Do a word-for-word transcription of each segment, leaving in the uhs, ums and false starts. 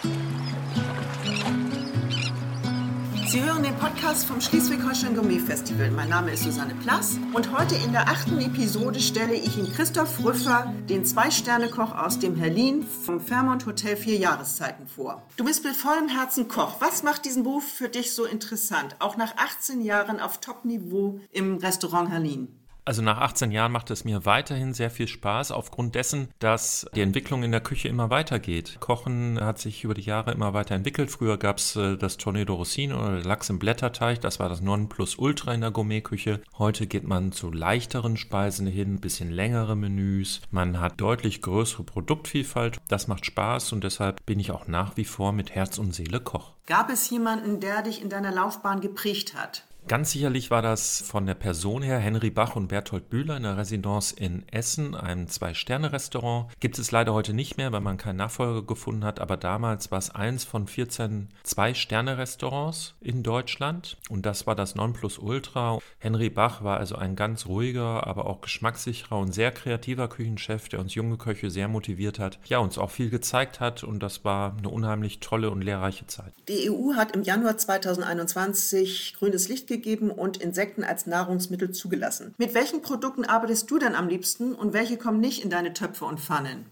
Sie hören den Podcast vom Schleswig-Holstein Gourmet Festival. Mein Name ist Susanne Plass und heute in der achten Episode stelle ich Ihnen Christoph Rüffer, den Zwei-Sterne-Koch aus dem Herlin vom Fairmont Hotel Vier Jahreszeiten vor. Du bist mit vollem Herzen Koch. Was macht diesen Beruf für dich so interessant, auch nach achtzehn Jahren auf Top-Niveau im Restaurant Herlin? Also nach achtzehn Jahren macht es mir weiterhin sehr viel Spaß, aufgrund dessen, dass die Entwicklung in der Küche immer weitergeht. Kochen hat sich über die Jahre immer weiterentwickelt. Früher gab es äh, das Tornado Rossini oder Lachs im Blätterteig, das war das Nonplusultra in der Gourmetküche. Heute geht man zu leichteren Speisen hin, ein bisschen längere Menüs. Man hat deutlich größere Produktvielfalt. Das macht Spaß und deshalb bin ich auch nach wie vor mit Herz und Seele Koch. Gab es jemanden, der dich in deiner Laufbahn geprägt hat? Ganz sicherlich war das von der Person her Henry Bach und Berthold Bühler in der Residence in Essen, einem Zwei-Sterne-Restaurant. Gibt es leider heute nicht mehr, weil man keinen Nachfolger gefunden hat, aber damals war es eins von vierzehn Zwei-Sterne-Restaurants in Deutschland und das war das Nonplusultra. Henry Bach war also ein ganz ruhiger, aber auch geschmackssicherer und sehr kreativer Küchenchef, der uns junge Köche sehr motiviert hat, ja, uns auch viel gezeigt hat und das war eine unheimlich tolle und lehrreiche Zeit. Die E U hat im Januar zweitausendeinundzwanzig grünes Licht gegeben und Insekten als Nahrungsmittel zugelassen. Mit welchen Produkten arbeitest du dann am liebsten und welche kommen nicht in deine Töpfe und Pfannen?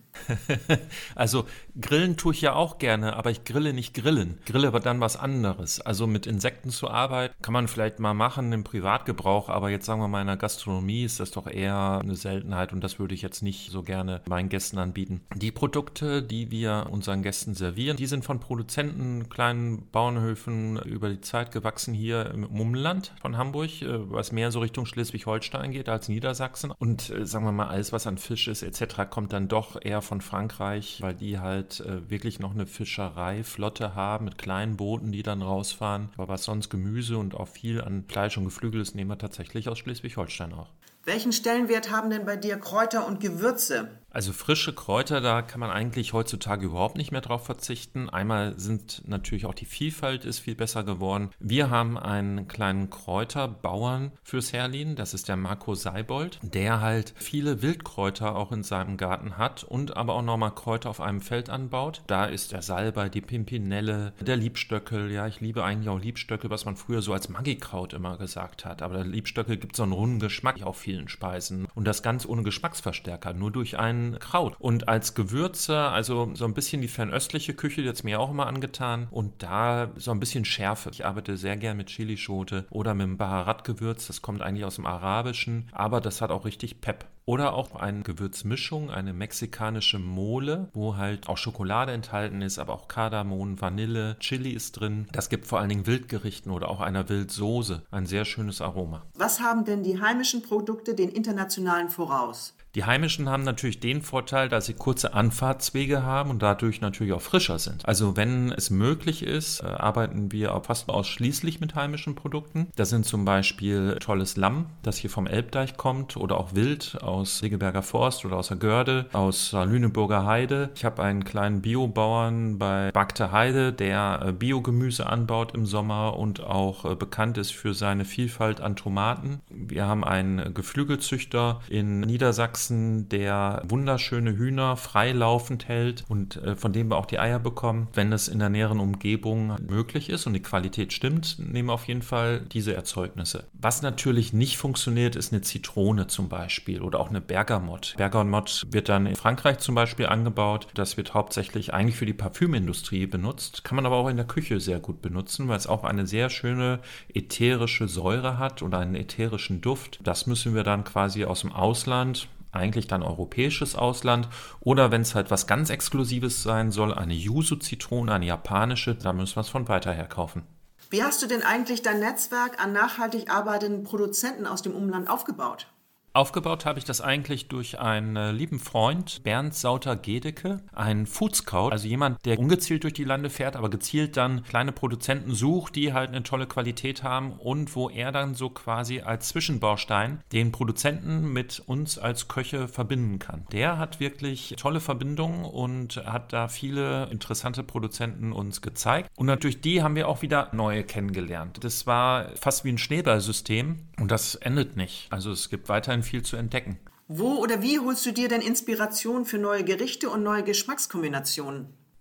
Also grillen tue ich ja auch gerne, aber ich grille nicht grillen. Grille aber dann was anderes. Also mit Insekten zu arbeiten kann man vielleicht mal machen im Privatgebrauch, aber jetzt sagen wir mal in der Gastronomie ist das doch eher eine Seltenheit und das würde ich jetzt nicht so gerne meinen Gästen anbieten. Die Produkte, die wir unseren Gästen servieren, die sind von Produzenten, kleinen Bauernhöfen über die Zeit gewachsen hier im Umland von Hamburg, was mehr so Richtung Schleswig-Holstein geht als Niedersachsen. Und sagen wir mal, alles was an Fisch ist et cetera kommt dann doch eher von Frankreich, weil die halt äh, wirklich noch eine Fischereiflotte haben mit kleinen Booten, die dann rausfahren. Aber was sonst Gemüse und auch viel an Fleisch und Geflügel ist, nehmen wir tatsächlich aus Schleswig-Holstein auch. Welchen Stellenwert haben denn bei dir Kräuter und Gewürze? Also frische Kräuter, da kann man eigentlich heutzutage überhaupt nicht mehr drauf verzichten. Einmal sind natürlich auch die Vielfalt ist viel besser geworden. Wir haben einen kleinen Kräuterbauern fürs Herlin, das ist der Marco Seibold, der halt viele Wildkräuter auch in seinem Garten hat und aber auch nochmal Kräuter auf einem Feld anbaut. Da ist der Salbei, die Pimpinelle, der Liebstöckel. Ja, ich liebe eigentlich auch Liebstöckel, was man früher so als Maggikraut immer gesagt hat. Aber der Liebstöckel gibt so einen runden Geschmack auf vielen Speisen und das ganz ohne Geschmacksverstärker, nur durch einen Kraut. Und als Gewürze, also so ein bisschen die fernöstliche Küche, die hat es mir auch immer angetan. Und da so ein bisschen Schärfe. Ich arbeite sehr gern mit Chilischote oder mit dem Baharat-Gewürz. Das kommt eigentlich aus dem Arabischen, aber das hat auch richtig Pep. Oder auch eine Gewürzmischung, eine mexikanische Mole, wo halt auch Schokolade enthalten ist, aber auch Kardamom, Vanille, Chili ist drin. Das gibt vor allen Dingen Wildgerichten oder auch einer Wildsoße ein sehr schönes Aroma. Was haben denn die heimischen Produkte den internationalen voraus? Die heimischen haben natürlich den Vorteil, dass sie kurze Anfahrtswege haben und dadurch natürlich auch frischer sind. Also wenn es möglich ist, arbeiten wir auch fast ausschließlich mit heimischen Produkten. Das sind zum Beispiel tolles Lamm, das hier vom Elbdeich kommt oder auch Wild aus Segeberger Forst oder aus der Görde, aus Lüneburger Heide. Ich habe einen kleinen Biobauern bei Bagte Heide, der Biogemüse anbaut im Sommer und auch bekannt ist für seine Vielfalt an Tomaten. Wir haben einen Geflügelzüchter in Niedersachsen, der wunderschöne Hühner freilaufend hält und äh, von dem wir auch die Eier bekommen. Wenn es in der näheren Umgebung möglich ist und die Qualität stimmt, nehmen wir auf jeden Fall diese Erzeugnisse. Was natürlich nicht funktioniert, ist eine Zitrone zum Beispiel oder auch eine Bergamott. Bergamott wird dann in Frankreich zum Beispiel angebaut. Das wird hauptsächlich eigentlich für die Parfümindustrie benutzt, kann man aber auch in der Küche sehr gut benutzen, weil es auch eine sehr schöne ätherische Säure hat oder einen ätherischen Duft. Das müssen wir dann quasi aus dem Ausland, eigentlich dann europäisches Ausland oder wenn es halt was ganz Exklusives sein soll, eine Yuzu-Zitrone, eine japanische, da müssen wir es von weiter her kaufen. Wie hast du denn eigentlich dein Netzwerk an nachhaltig arbeitenden Produzenten aus dem Umland aufgebaut? Aufgebaut habe ich das eigentlich durch einen lieben Freund, Bernd Sauter-Gedeke, ein Food Scout, also jemand, der ungezielt durch die Lande fährt, aber gezielt dann kleine Produzenten sucht, die halt eine tolle Qualität haben und wo er dann so quasi als Zwischenbaustein den Produzenten mit uns als Köche verbinden kann. Der hat wirklich tolle Verbindungen und hat da viele interessante Produzenten uns gezeigt. Und natürlich die haben wir auch wieder neue kennengelernt. Das war fast wie ein Schneeballsystem und das endet nicht. Also es gibt weiterhin viel zu entdecken. Wo oder wie holst du dir denn Inspiration für neue Gerichte und neue Geschmackskombinationen?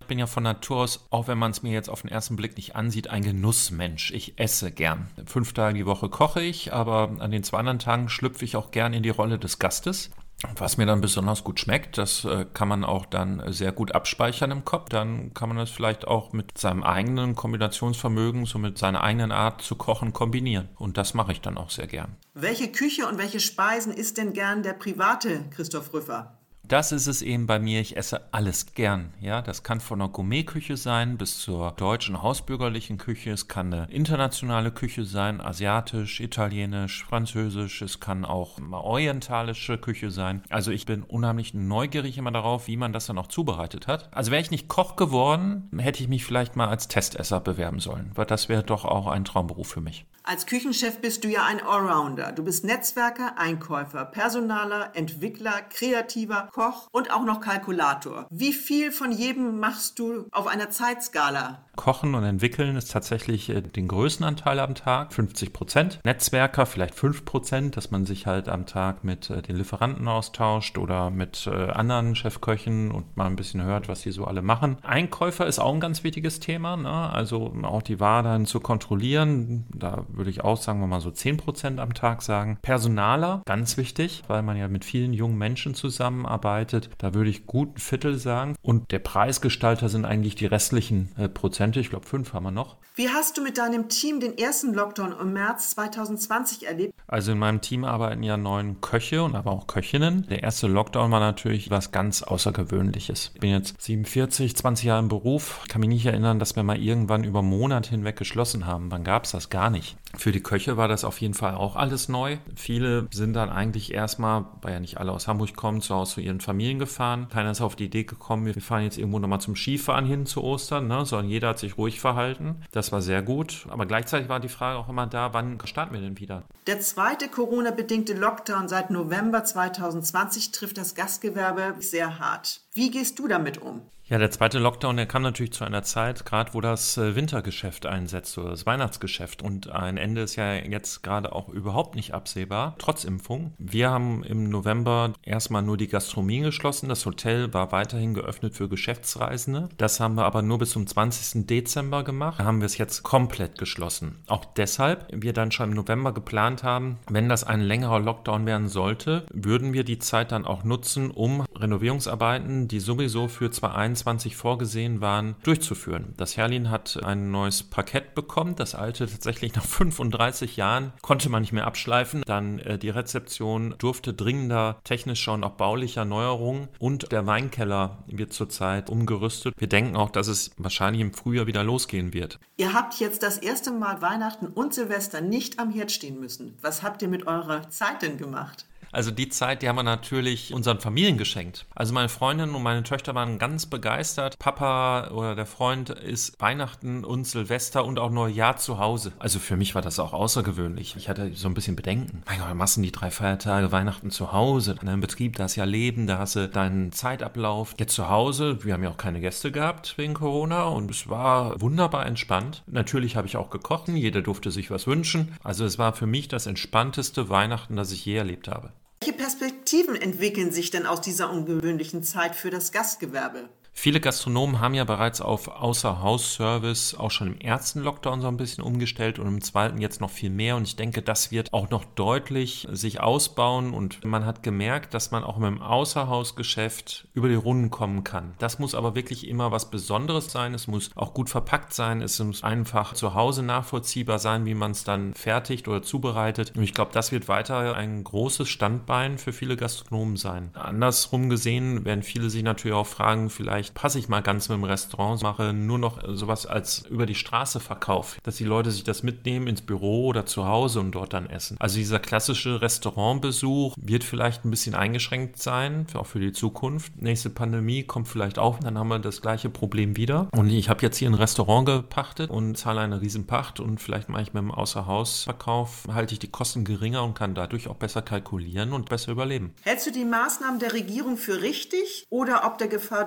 bin ja von Natur aus, auch wenn man es mir jetzt auf den ersten Blick nicht ansieht, ein Genussmensch. Ich esse gern. Fünf Tage die Woche koche ich, aber an den zwei anderen Tagen schlüpfe ich auch gern in die Rolle des Gastes. Was mir dann besonders gut schmeckt, das äh, kann man auch dann sehr gut abspeichern im Kopf. Dann kann man das vielleicht auch mit seinem eigenen Kombinationsvermögen, so mit seiner eigenen Art zu kochen, kombinieren. Und das mache ich dann auch sehr gern. Welche Küche und welche Speisen isst denn gern der private Christoph Rüffer? Das ist es eben bei mir, ich esse alles gern. Ja, das kann von einer Gourmetküche sein bis zur deutschen hausbürgerlichen Küche. Es kann eine internationale Küche sein, asiatisch, italienisch, französisch. Es kann auch eine orientalische Küche sein. Also ich bin unheimlich neugierig immer darauf, wie man das dann auch zubereitet hat. Also wäre ich nicht Koch geworden, hätte ich mich vielleicht mal als Testesser bewerben sollen, weil das wäre doch auch ein Traumberuf für mich. Als Küchenchef bist du ja ein Allrounder. Du bist Netzwerker, Einkäufer, Personaler, Entwickler, Kreativer, Koch und auch noch Kalkulator. Wie viel von jedem machst du auf einer Zeitskala? Kochen und Entwickeln ist tatsächlich äh, den größten Anteil am Tag, fünfzig Prozent. Netzwerker vielleicht fünf Prozent, dass man sich halt am Tag mit äh, den Lieferanten austauscht oder mit äh, anderen Chefköchen und mal ein bisschen hört, was die so alle machen. Einkäufer ist auch ein ganz wichtiges Thema, ne? Also auch die Ware dann zu kontrollieren. Da würde ich auch, sagen wir mal, so zehn Prozent am Tag sagen. Personaler, ganz wichtig, weil man ja mit vielen jungen Menschen zusammenarbeitet. Da würde ich gut ein Viertel sagen. Und der Preisgestalter sind eigentlich die restlichen äh, Prozente. Ich glaube, fünf haben wir noch. Wie hast du mit deinem Team den ersten Lockdown im März zwanzig zwanzig erlebt? Also in meinem Team arbeiten ja neun Köche und aber auch Köchinnen. Der erste Lockdown war natürlich was ganz Außergewöhnliches. Ich bin jetzt siebenundvierzig, zwanzig Jahre im Beruf. Ich kann mich nicht erinnern, dass wir mal irgendwann über Monate hinweg geschlossen haben. Wann gab es das? Gar nicht. Für die Köche war das auf jeden Fall auch alles neu. Viele sind dann eigentlich erstmal, weil ja nicht alle aus Hamburg kommen, zu Hause zu ihren Familien gefahren. Keiner ist auf die Idee gekommen, wir fahren jetzt irgendwo nochmal zum Skifahren hin zu Ostern, ne? Sondern jeder hat sich ruhig verhalten. Das war sehr gut. Aber gleichzeitig war die Frage auch immer da, wann starten wir denn wieder? Der zweite Corona-bedingte Lockdown seit November zwanzig zwanzig trifft das Gastgewerbe sehr hart. Wie gehst du damit um? Ja, der zweite Lockdown, der kam natürlich zu einer Zeit, gerade wo das Wintergeschäft einsetzt oder das Weihnachtsgeschäft. Und ein Ende ist ja jetzt gerade auch überhaupt nicht absehbar, trotz Impfung. Wir haben im November erstmal nur die Gastronomie geschlossen. Das Hotel war weiterhin geöffnet für Geschäftsreisende. Das haben wir aber nur bis zum zwanzigsten Dezember gemacht. Da haben wir es jetzt komplett geschlossen. Auch deshalb, wir dann schon im November geplant haben, wenn das ein längerer Lockdown werden sollte, würden wir die Zeit dann auch nutzen, um Renovierungsarbeiten, die sowieso für zwanzig einundzwanzig vorgesehen waren, durchzuführen. Das Herlin hat ein neues Parkett bekommen. Das alte tatsächlich nach fünfunddreißig Jahren konnte man nicht mehr abschleifen. Dann äh, die Rezeption durfte dringender technischer und auch baulicher Neuerungen und der Weinkeller wird zurzeit umgerüstet. Wir denken auch, dass es wahrscheinlich im Frühjahr wieder losgehen wird. Ihr habt jetzt das erste Mal Weihnachten und Silvester nicht am Herd stehen müssen. Was habt ihr mit eurer Zeit denn gemacht? Also die Zeit, die haben wir natürlich unseren Familien geschenkt. Also meine Freundin und meine Töchter waren ganz begeistert. Papa oder der Freund ist Weihnachten und Silvester und auch Neujahr zu Hause. Also für mich war das auch außergewöhnlich. Ich hatte so ein bisschen Bedenken. Mein Gott, machst du die drei Feiertage Weihnachten zu Hause? In einem Betrieb, da hast du ja Leben, da hast du deinen Zeitablauf. Jetzt zu Hause, wir haben ja auch keine Gäste gehabt wegen Corona und es war wunderbar entspannt. Natürlich habe ich auch gekocht, jeder durfte sich was wünschen. Also es war für mich das entspannteste Weihnachten, das ich je erlebt habe. Welche Perspektiven entwickeln sich denn aus dieser ungewöhnlichen Zeit für das Gastgewerbe? Viele Gastronomen haben ja bereits auf Außerhaus-Service auch schon im ersten Lockdown so ein bisschen umgestellt und im zweiten jetzt noch viel mehr. Und ich denke, das wird auch noch deutlich sich ausbauen. Und man hat gemerkt, dass man auch mit dem Außerhausgeschäft über die Runden kommen kann. Das muss aber wirklich immer was Besonderes sein. Es muss auch gut verpackt sein. Es muss einfach zu Hause nachvollziehbar sein, wie man es dann fertigt oder zubereitet. Und ich glaube, das wird weiter ein großes Standbein für viele Gastronomen sein. Andersrum gesehen werden viele sich natürlich auch fragen, vielleicht passe ich mal ganz mit dem Restaurant, mache nur noch sowas als über die Straße Verkauf, dass die Leute sich das mitnehmen ins Büro oder zu Hause und dort dann essen. Also dieser klassische Restaurantbesuch wird vielleicht ein bisschen eingeschränkt sein, auch für die Zukunft. Nächste Pandemie kommt vielleicht auch, dann haben wir das gleiche Problem wieder. Und ich habe jetzt hier ein Restaurant gepachtet und zahle eine Riesenpacht und vielleicht mache ich mit dem Außerhausverkauf, halte ich die Kosten geringer und kann dadurch auch besser kalkulieren und besser überleben. Hältst du die Maßnahmen der Regierung für richtig oder ob der Gefahr durch den Virus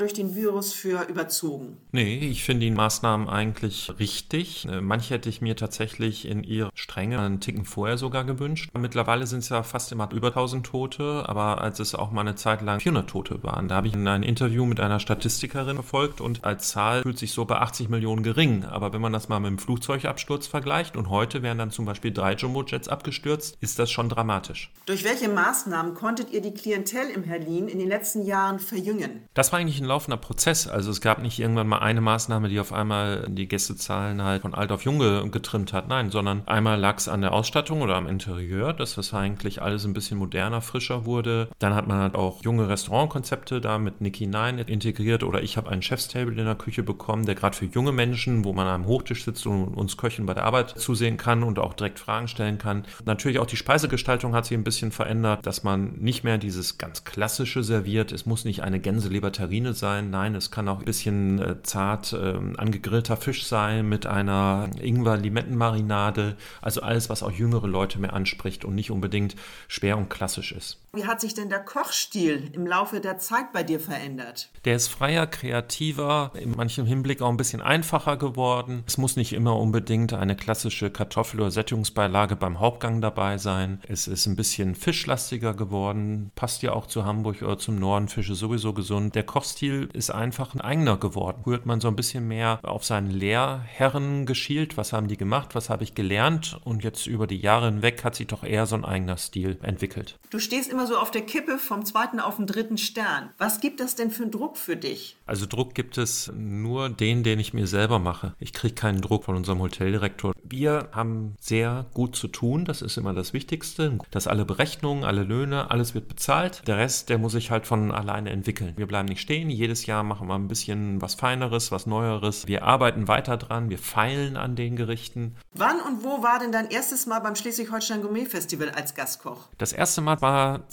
Coronavirus für überzogen? Nee, ich finde die Maßnahmen eigentlich richtig. Manche hätte ich mir tatsächlich in ihrer Strenge einen Ticken vorher sogar gewünscht. Mittlerweile sind es ja fast immer über tausend Tote, aber als es auch mal eine Zeit lang vierhundert Tote waren, da habe ich ein Interview mit einer Statistikerin verfolgt und als Zahl fühlt sich so bei achtzig Millionen gering. Aber wenn man das mal mit dem Flugzeugabsturz vergleicht und heute wären dann zum Beispiel drei Jumbojets abgestürzt, ist das schon dramatisch. Durch welche Maßnahmen konntet ihr die Klientel im Herlin in den letzten Jahren verjüngen? Das war eigentlich ein laufender Prozess. Also es gab nicht irgendwann mal eine Maßnahme, die auf einmal die Gästezahlen halt von alt auf jung getrimmt hat. Nein, sondern einmal lag es an der Ausstattung oder am Interieur, dass das eigentlich alles ein bisschen moderner, frischer wurde. Dann hat man halt auch junge Restaurantkonzepte da mit Nicky Nine integriert oder ich habe einen Chefstable in der Küche bekommen, der gerade für junge Menschen, wo man am Hochtisch sitzt und uns Köchen bei der Arbeit zusehen kann und auch direkt Fragen stellen kann. Natürlich auch die Speisegestaltung hat sich ein bisschen verändert, dass man nicht mehr dieses ganz klassische serviert. Es muss nicht eine Gänseleber-Terrine sein. Nein, es kann auch ein bisschen äh, zart äh, angegrillter Fisch sein mit einer Ingwer-Limettenmarinade. Also alles, was auch jüngere Leute mehr anspricht und nicht unbedingt schwer und klassisch ist. Wie hat sich denn der Kochstil im Laufe der Zeit bei dir verändert? Der ist freier, kreativer, in manchem Hinblick auch ein bisschen einfacher geworden. Es muss nicht immer unbedingt eine klassische Kartoffel- oder Sättigungsbeilage beim Hauptgang dabei sein. Es ist ein bisschen fischlastiger geworden, passt ja auch zu Hamburg oder zum Norden, Fische sowieso gesund. Der Kochstil ist einfach ein eigener geworden. Früher hat man so ein bisschen mehr auf seinen Lehrherren geschielt. Was haben die gemacht? Was habe ich gelernt? Und jetzt über die Jahre hinweg hat sich doch eher so ein eigener Stil entwickelt. Du stehst immer so auf der Kippe vom zweiten auf den dritten Stern. Was gibt das denn für einen Druck für dich? Also Druck gibt es nur den, den ich mir selber mache. Ich kriege keinen Druck von unserem Hoteldirektor. Wir haben sehr gut zu tun, das ist immer das Wichtigste, dass alle Berechnungen, alle Löhne, alles wird bezahlt. Der Rest, der muss sich halt von alleine entwickeln. Wir bleiben nicht stehen, jedes Jahr machen wir ein bisschen was Feineres, was Neueres. Wir arbeiten weiter dran, wir feilen an den Gerichten. Wann und wo war denn dein erstes Mal beim Schleswig-Holstein Gourmet Festival als Gastkoch? Das erste Mal war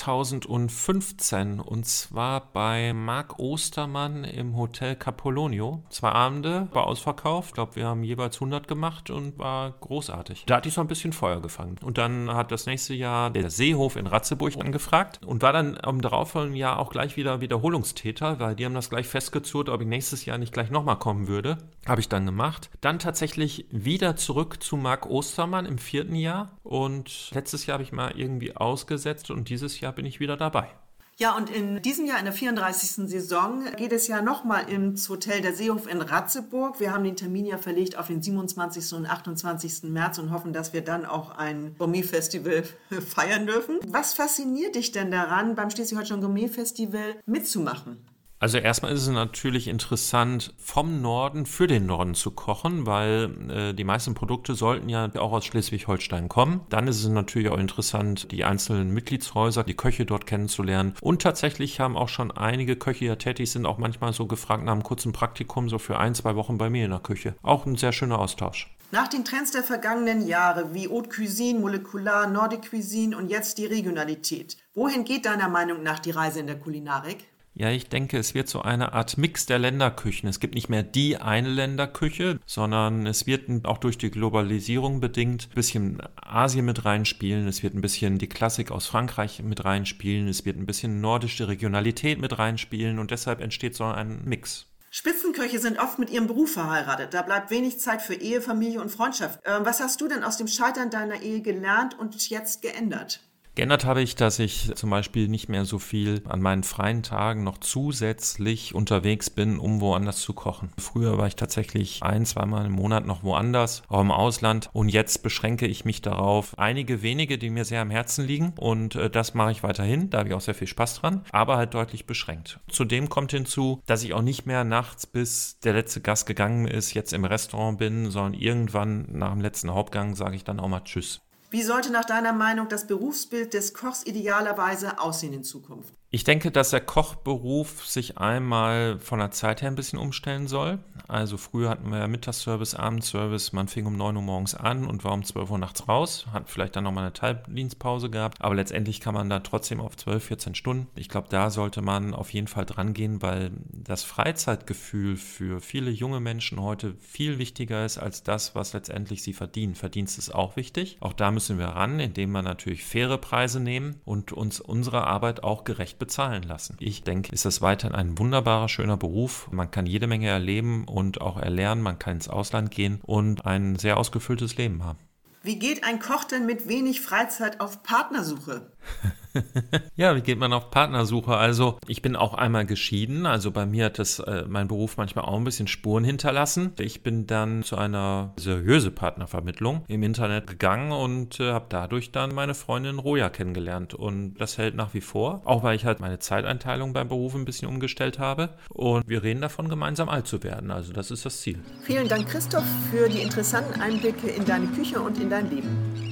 zweitausendfünfzehn und zwar bei Marc Ostermann im Hotel Capolonio. Zwei Abende, war ausverkauft. Ich glaube, wir haben jeweils hundert gemacht und war großartig. Da hatte ich so ein bisschen Feuer gefangen. Und dann hat das nächste Jahr der Seehof in Ratzeburg angefragt und war dann im darauffolgenden Jahr auch gleich wieder Wiederholungstäter, weil die haben das gleich festgezurrt, ob ich nächstes Jahr nicht gleich nochmal kommen würde. Habe ich dann gemacht. Dann tatsächlich wieder zurück zu Marc Ostermann im vierten Jahr und letztes Jahr habe ich mal irgendwie ausgesetzt und dieses Jahr bin ich wieder dabei. Ja, und in diesem Jahr, in der vierunddreißigsten Saison, geht es ja nochmal ins Hotel der Seehof in Ratzeburg. Wir haben den Termin ja verlegt auf den siebenundzwanzigsten und achtundzwanzigsten März und hoffen, dass wir dann auch ein Gourmet-Festival feiern dürfen. Was fasziniert dich denn daran, beim Schleswig-Holstein Gourmet-Festival mitzumachen? Also erstmal ist es natürlich interessant, vom Norden für den Norden zu kochen, weil äh, die meisten Produkte sollten ja auch aus Schleswig-Holstein kommen. Dann ist es natürlich auch interessant, die einzelnen Mitgliedshäuser, die Köche dort kennenzulernen. Und tatsächlich haben auch schon einige Köche, die ja tätig sind, auch manchmal so gefragt nach einem kurzen Praktikum, so für ein, zwei Wochen bei mir in der Küche. Auch ein sehr schöner Austausch. Nach den Trends der vergangenen Jahre wie Haute Cuisine, Molekular, Nordic Cuisine und jetzt die Regionalität, wohin geht deiner Meinung nach die Reise in der Kulinarik? Ja, ich denke, es wird so eine Art Mix der Länderküchen. Es gibt nicht mehr die eine Länderküche, sondern es wird auch durch die Globalisierung bedingt ein bisschen Asien mit reinspielen, es wird ein bisschen die Klassik aus Frankreich mit reinspielen, es wird ein bisschen nordische Regionalität mit reinspielen und deshalb entsteht so ein Mix. Spitzenköche sind oft mit ihrem Beruf verheiratet. Da bleibt wenig Zeit für Ehe, Familie und Freundschaft. Ähm, was hast du denn aus dem Scheitern deiner Ehe gelernt und jetzt geändert? Geändert habe ich, dass ich zum Beispiel nicht mehr so viel an meinen freien Tagen noch zusätzlich unterwegs bin, um woanders zu kochen. Früher war ich tatsächlich ein-, zweimal im Monat noch woanders, auch im Ausland. Und jetzt beschränke ich mich darauf, einige wenige, die mir sehr am Herzen liegen. Und äh, das mache ich weiterhin, da habe ich auch sehr viel Spaß dran, aber halt deutlich beschränkt. Zudem kommt hinzu, dass ich auch nicht mehr nachts, bis der letzte Gast gegangen ist, jetzt im Restaurant bin, sondern irgendwann nach dem letzten Hauptgang sage ich dann auch mal Tschüss. Wie sollte nach deiner Meinung das Berufsbild des Kochs idealerweise aussehen in Zukunft? Ich denke, dass der Kochberuf sich einmal von der Zeit her ein bisschen umstellen soll. Also früher hatten wir ja Mittagsservice, Abendservice, man fing um neun Uhr morgens an und war um zwölf Uhr nachts raus, hat vielleicht dann nochmal eine Teildienstpause gehabt, aber letztendlich kann man da trotzdem auf zwölf, vierzehn Stunden. Ich glaube, da sollte man auf jeden Fall dran gehen, weil das Freizeitgefühl für viele junge Menschen heute viel wichtiger ist als das, was letztendlich sie verdienen. Verdienst ist auch wichtig. Auch da müssen wir ran, indem wir natürlich faire Preise nehmen und uns unsere Arbeit auch gerecht bezahlen lassen. Ich denke, ist das weiterhin ein wunderbarer, schöner Beruf. Man kann jede Menge erleben und auch erlernen. Man kann ins Ausland gehen und ein sehr ausgefülltes Leben haben. Wie geht ein Koch denn mit wenig Freizeit auf Partnersuche? Ja, wie geht man auf Partnersuche? Also ich bin auch einmal geschieden, also bei mir hat das äh, mein Beruf manchmal auch ein bisschen Spuren hinterlassen. Ich bin dann zu einer seriösen Partnervermittlung im Internet gegangen und äh, habe dadurch dann meine Freundin Roja kennengelernt und das hält nach wie vor, auch weil ich halt meine Zeiteinteilung beim Beruf ein bisschen umgestellt habe und wir reden davon, gemeinsam alt zu werden, also das ist das Ziel. Vielen Dank, Christoph, für die interessanten Einblicke in deine Küche und in dein Leben.